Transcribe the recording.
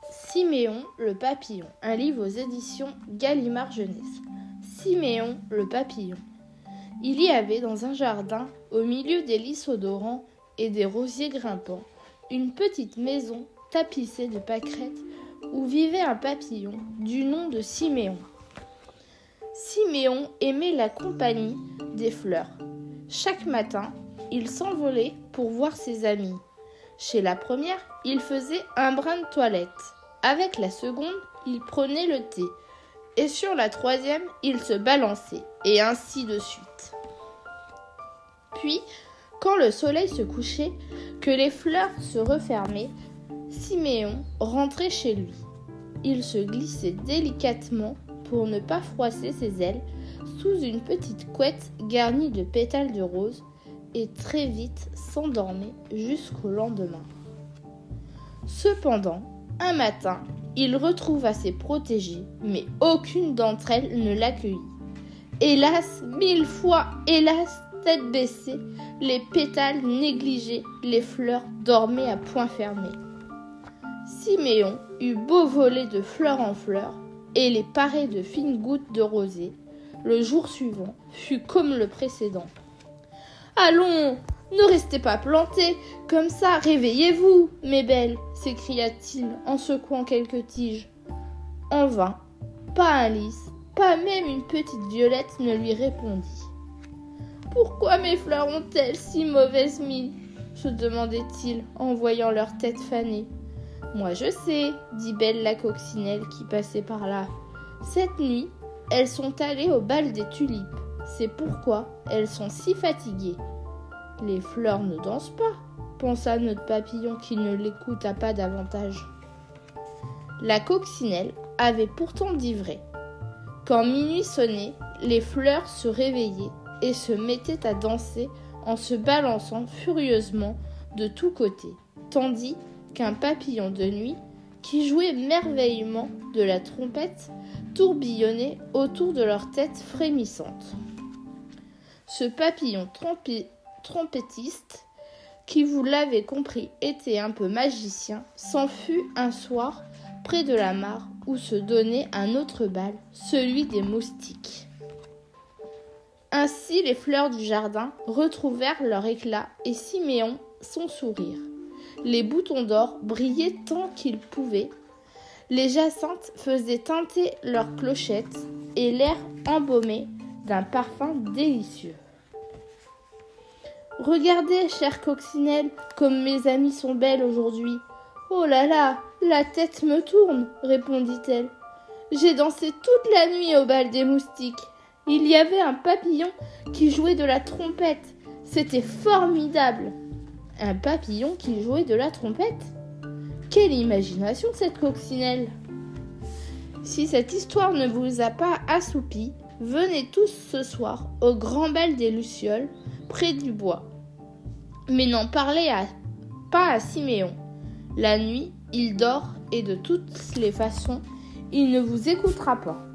Siméon le papillon, un livre aux éditions Gallimard Jeunesse. Siméon le papillon. Il y avait dans un jardin, au milieu des lys odorants et des rosiers grimpants, une petite maison tapissée de pâquerettes où vivait un papillon du nom de Siméon. Siméon aimait la compagnie des fleurs. Chaque matin, il s'envolait pour voir ses amis. Chez la première, il faisait un brin de toilette. Avec la seconde, il prenait le thé. Et sur la troisième, il se balançait, et ainsi de suite. Puis, quand le soleil se couchait, que les fleurs se refermaient, Siméon rentrait chez lui. Il se glissait délicatement pour ne pas froisser ses ailes sous une petite couette garnie de pétales de rose et très vite s'endormait jusqu'au lendemain. Cependant, un matin, il retrouva ses protégées, mais aucune d'entre elles ne l'accueillit. Hélas, 1000 fois, hélas, tête baissée, les pétales négligés, les fleurs dormaient à poing fermé. Siméon eut beau voler de fleur en fleur et les parer de fines gouttes de rosée, le jour suivant fut comme le précédent. « Allons, ne restez pas plantés, comme ça, réveillez-vous, mes belles !» s'écria-t-il en secouant quelques tiges. En vain, pas un lys, pas même une petite violette ne lui répondit. « Pourquoi mes fleurs ont-elles si mauvaise mine ?» se demandait-il en voyant leur tête fanée. « Moi je sais, dit Belle la coccinelle qui passait par là. Cette nuit, elles sont allées au bal des tulipes. C'est pourquoi elles sont si fatiguées. » « Les fleurs ne dansent pas, pensa notre papillon qui ne l'écouta pas davantage. La coccinelle avait pourtant dit vrai. Quand minuit sonnait, les fleurs se réveillaient et se mettaient à danser en se balançant furieusement de tous côtés, tandis qu'un papillon de nuit, qui jouait merveilleusement de la trompette, tourbillonnait autour de leur tête frémissante. Ce papillon trompettiste, qui vous l'avez compris était un peu magicien, s'en fut un soir près de la mare où se donnait un autre bal, celui des moustiques. Ainsi les fleurs du jardin retrouvèrent leur éclat et Siméon son sourire. Les boutons d'or brillaient tant qu'ils pouvaient, les jacinthes faisaient tinter leurs clochettes et l'air embaumé d'un parfum délicieux. « Regardez, chère coccinelle, comme mes amies sont belles aujourd'hui. »« Oh là là, la tête me tourne, » répondit-elle. « J'ai dansé toute la nuit au bal des moustiques. Il y avait un papillon qui jouait de la trompette. C'était formidable. » « Un papillon qui jouait de la trompette ? Quelle imagination cette coccinelle ! Si cette histoire ne vous a pas assoupi, venez tous ce soir au grand bal des Lucioles, près du bois. Mais n'en parlez pas à Siméon. La nuit, il dort et de toutes les façons, il ne vous écoutera pas.